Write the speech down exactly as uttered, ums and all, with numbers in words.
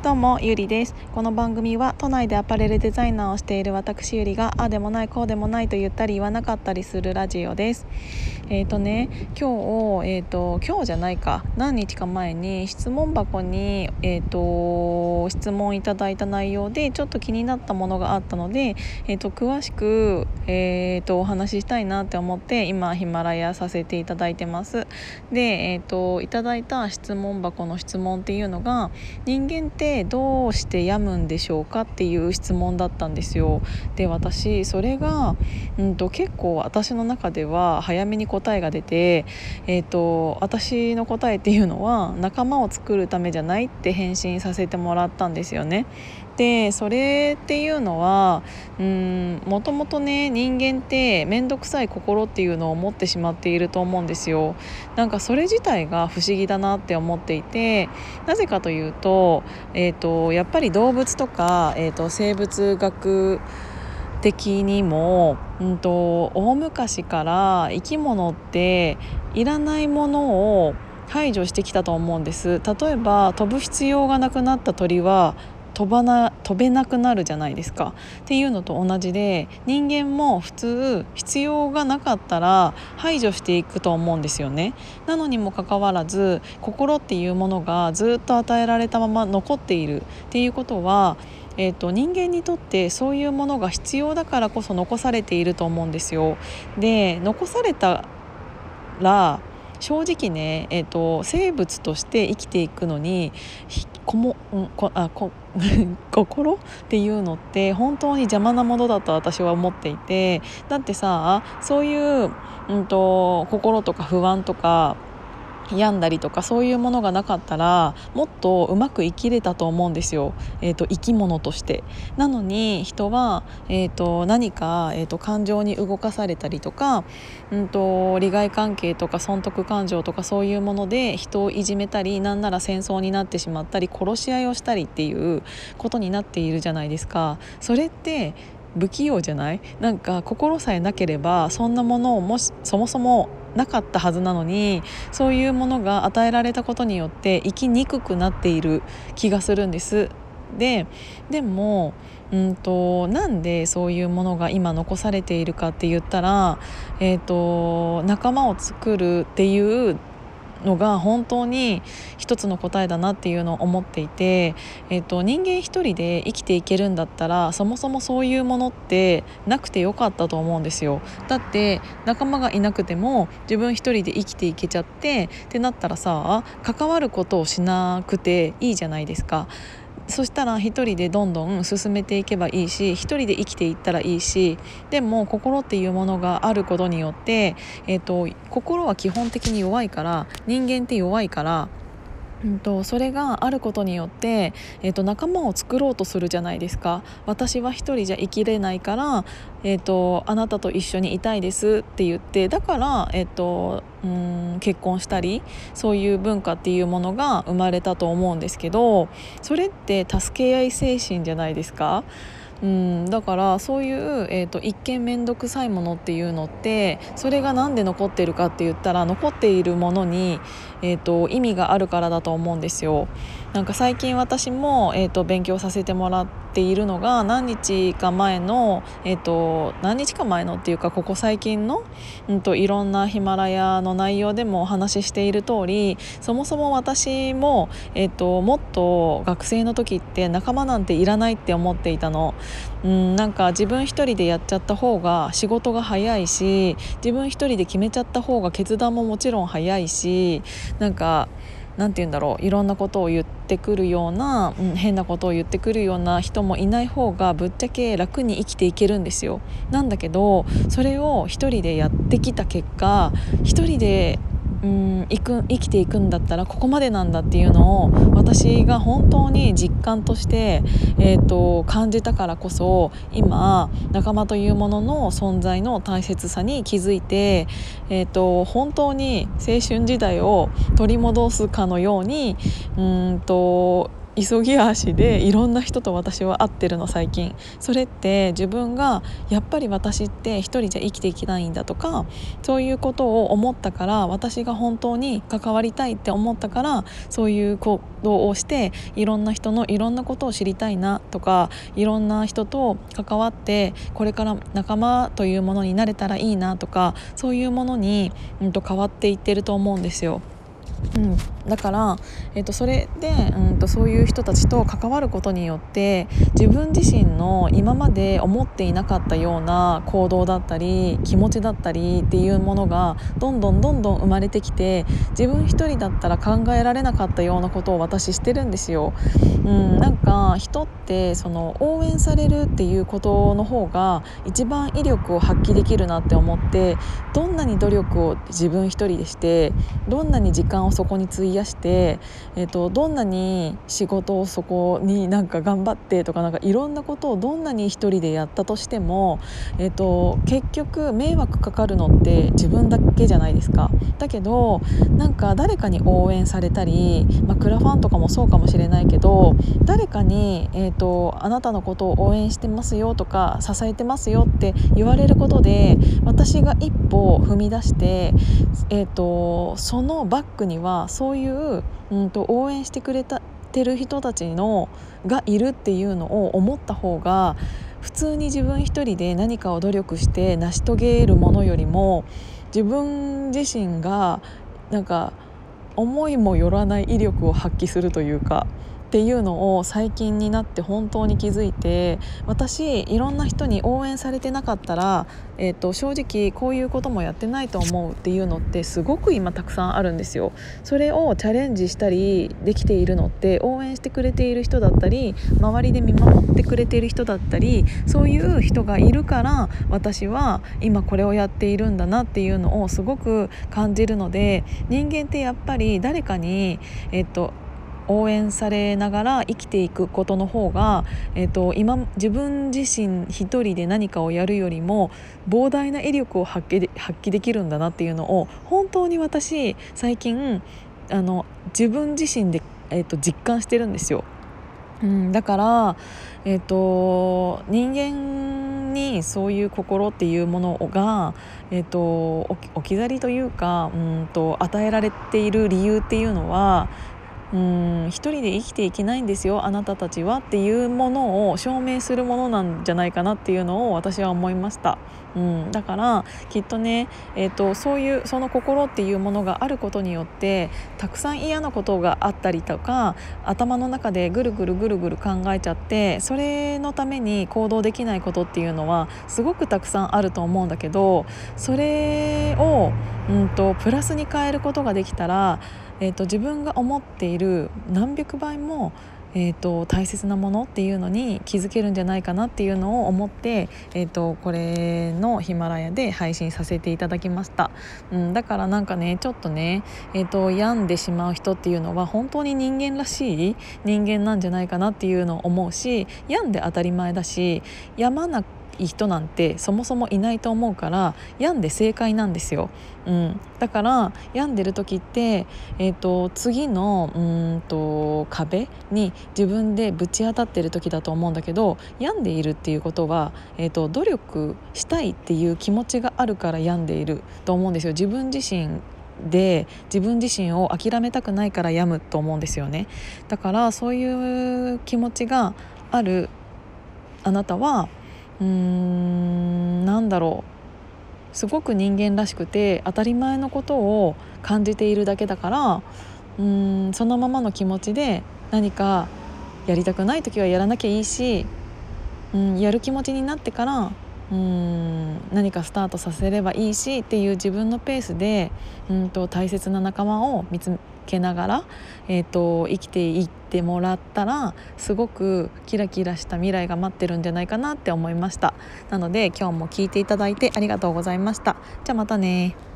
どうもゆりです。この番組は都内でアパレルデザイナーをしている私ゆりがああでもないこうでもないと言ったり言わなかったりするラジオです。えーとね今日、えーと今日じゃないか何日か前に質問箱に、えーと質問いただいた内容でちょっと気になったものがあったので、えーと詳しく、えーとお話ししたいなって思って今ヒマラヤさせていただいてます。で、えーといただいた質問箱の質問っていうのが、人間ってどうして病むんでしょうかっていう質問だったんですよ。で、私それが、うんと結構私の中では早めに答えが出て、えーと私の答えっていうのは仲間を作るためじゃないって返信させてもらったんですよね。でそれっていうのはうーんもともとね、人間って面倒くさい心っていうのを持ってしまっていると思うんですよ。なんかそれ自体が不思議だなって思っていて、なぜかというと、えーとやっぱり動物とか、えーと生物学的にも、うんと大昔から生き物っていらないものを排除してきたと思うんです。例えば飛ぶ必要がなくなった鳥は飛ばな飛べなくなるじゃないですか。っていうのと同じで、人間も普通必要がなかったら排除していくと思うんですよね。なのにもかかわらず心っていうものがずっと与えられたまま残っているっていうことは、えーと、人間にとってそういうものが必要だからこそ残されていると思うんですよ。で、残されたら正直ね、えーと、生物として生きていくのにこもんこあこ心っていうのって本当に邪魔なものだと私は思っていて、だってさ、そういう、うんと、心とか不安とか病んだりとかそういうものがなかったらもっとうまく生きれたと思うんですよ、えーと、生き物として。なのに人は、えーと、何か、えーと、感情に動かされたりとか、うんと、利害関係とか損得感情とかそういうもので人をいじめたり、なんなら戦争になってしまったり殺し合いをしたりっていうことになっているじゃないですか。それって不器用じゃない？なんか心さえなければそんなものをもしそもそもなかったはずなのに、そういうものが与えられたことによって生きにくくなっている気がするんです。で、でもうんとなんでそういうものが今残されているかって言ったら、えーと仲間を作るっていうのが本当に一つの答えだなっていうのを思っていて、えーと、人間一人で生きていけるんだったらそもそもそういうものってなくてよかったと思うんですよ。だって仲間がいなくても自分一人で生きていけちゃってってなったらさ、関わることをしなくていいじゃないですか。そしたら一人でどんどん進めていけばいいし、一人で生きていったらいいし、でも心っていうものがあることによって、えーと、心は基本的に弱いから、人間って弱いから、うんと、それがあることによって、えーと、仲間を作ろうとするじゃないですか。私は一人じゃ生きれないから、えーと、あなたと一緒にいたいですって言って、だから、えーと、うーん結婚したりそういう文化っていうものが生まれたと思うんですけど、それって助け合い精神じゃないですか。うん、だからそういう、えーと、一見面倒くさいものっていうのって、それがなんで残っているかって言ったら、残っているものに、えーと、意味があるからだと思うんですよ。なんか最近私も、えーと、勉強させてもらっているのが、何日か前の、えーと、何日か前のっていうかここ最近の、うんと、いろんなヒマラヤの内容でもお話ししている通り、そもそも私も、えーと、もっと学生の時って仲間なんていらないって思っていたの。うん、なんか自分一人でやっちゃった方が仕事が早いし、自分一人で決めちゃった方が決断ももちろん早いし、なんかなんて言うんだろう、いろんなことを言ってくるような、うん、変なことを言ってくるような人もいない方がぶっちゃけ楽に生きていけるんですよ。なんだけどそれを一人でやってきた結果、一人でうん生く生きていくんだったらここまでなんだっていうのを私が本当に実感として、えーと、感じたからこそ、今仲間というものの存在の大切さに気づいて、えーと、本当に青春時代を取り戻すかのようにうんと急ぎ足でいろんな人と私は会ってるの最近。それって自分がやっぱり私って一人じゃ生きていけないんだとか、そういうことを思ったから、私が本当に関わりたいって思ったからそういう行動をして、いろんな人のいろんなことを知りたいなとか、いろんな人と関わってこれから仲間というものになれたらいいなとか、そういうものに、うん、と変わっていってると思うんですよ。うん、だから、えー、とそれで、うん、とそういう人たちと関わることによって自分自身の今まで思っていなかったような行動だったり気持ちだったりっていうものがどんどんどんどん生まれてきて、自分一人だったら考えられなかったようなことを私してるんですよ。うん、なんか人ってその応援されるっていうことの方が一番威力を発揮できるなって思って、どんなに努力を自分一人でして、どんなに時間をそこに費やして、えーと、どんなに仕事をそこになんか頑張ってとか、なんかいろんなことをどんなに一人でやったとしても、えーと、結局迷惑かかるのって自分だけじゃないですか。だけどなんか誰かに応援されたり、まあ、クラファンとかもそうかもしれないけど、誰かに、えーと、あなたのことを応援してますよとか支えてますよって言われることで、私が一歩踏み出して、えーと、そのバックにはそういう、うん、と応援してくれてる人たちのがいるっていうのを思った方が、普通に自分一人で何かを努力して成し遂げるものよりも、自分自身がなんか思いもよらない威力を発揮するというかっていうのを最近になって本当に気づいて、私いろんな人に応援されてなかったら、えーと、正直こういうこともやってないと思うっていうのってすごく今たくさんあるんですよ。それをチャレンジしたりできているのって、応援してくれている人だったり、周りで見守ってくれている人だったり、そういう人がいるから私は今これをやっているんだなっていうのをすごく感じるので、人間ってやっぱり誰かにえっと応援されながら生きていくことの方が、えーと、今自分自身一人で何かをやるよりも膨大な威力を発揮で、発揮できるんだなっていうのを本当に私最近あの自分自身で、えーと、実感してるんですよ。うん、だから、えーと、人間にそういう心っていうものが、えーと、置き去りというか、うんと与えられている理由っていうのは、うん一人で生きていけないんですよあなたたちはっていうものを証明するものなんじゃないかなっていうのを私は思いました。うん、だからきっとね、えーと、そういうその心っていうものがあることによってたくさん嫌なことがあったりとか、頭の中でぐるぐるぐるぐる考えちゃって、それのために行動できないことっていうのはすごくたくさんあると思うんだけど、それを、うんと、プラスに変えることができたら、えーと、自分が思っている何百倍も、えーと、大切なものっていうのに気づけるんじゃないかなっていうのを思って、えーと、これのヒマラヤで配信させていただきました。うん、だからなんかね、ちょっとね、えーと、病んでしまう人っていうのは本当に人間らしい人間なんじゃないかなっていうのを思うし、病んで当たり前だし、病まないい人なんてそもそもいないと思うから、病んで正解なんですよ。うん、だから病んでる時って、えーと、次のうーんと壁に自分でぶち当たってる時だと思うんだけど、病んでいるっていうことは、えーと、努力したいっていう気持ちがあるから病んでいると思うんですよ。自分自身で自分自身を諦めたくないから病むと思うんですよね。だからそういう気持ちがあるあなたは、うーんなんだろうすごく人間らしくて当たり前のことを感じているだけだから、うーんそのままの気持ちで何かやりたくない時はやらなきゃいいし、うん、やる気持ちになってからうーん何かスタートさせればいいしっていう自分のペースで、うんと大切な仲間を見つけながら、えーと生きていってもらったらすごくキラキラした未来が待ってるんじゃないかなって思いました。なので今日も聞いていただいてありがとうございました。じゃあまたね。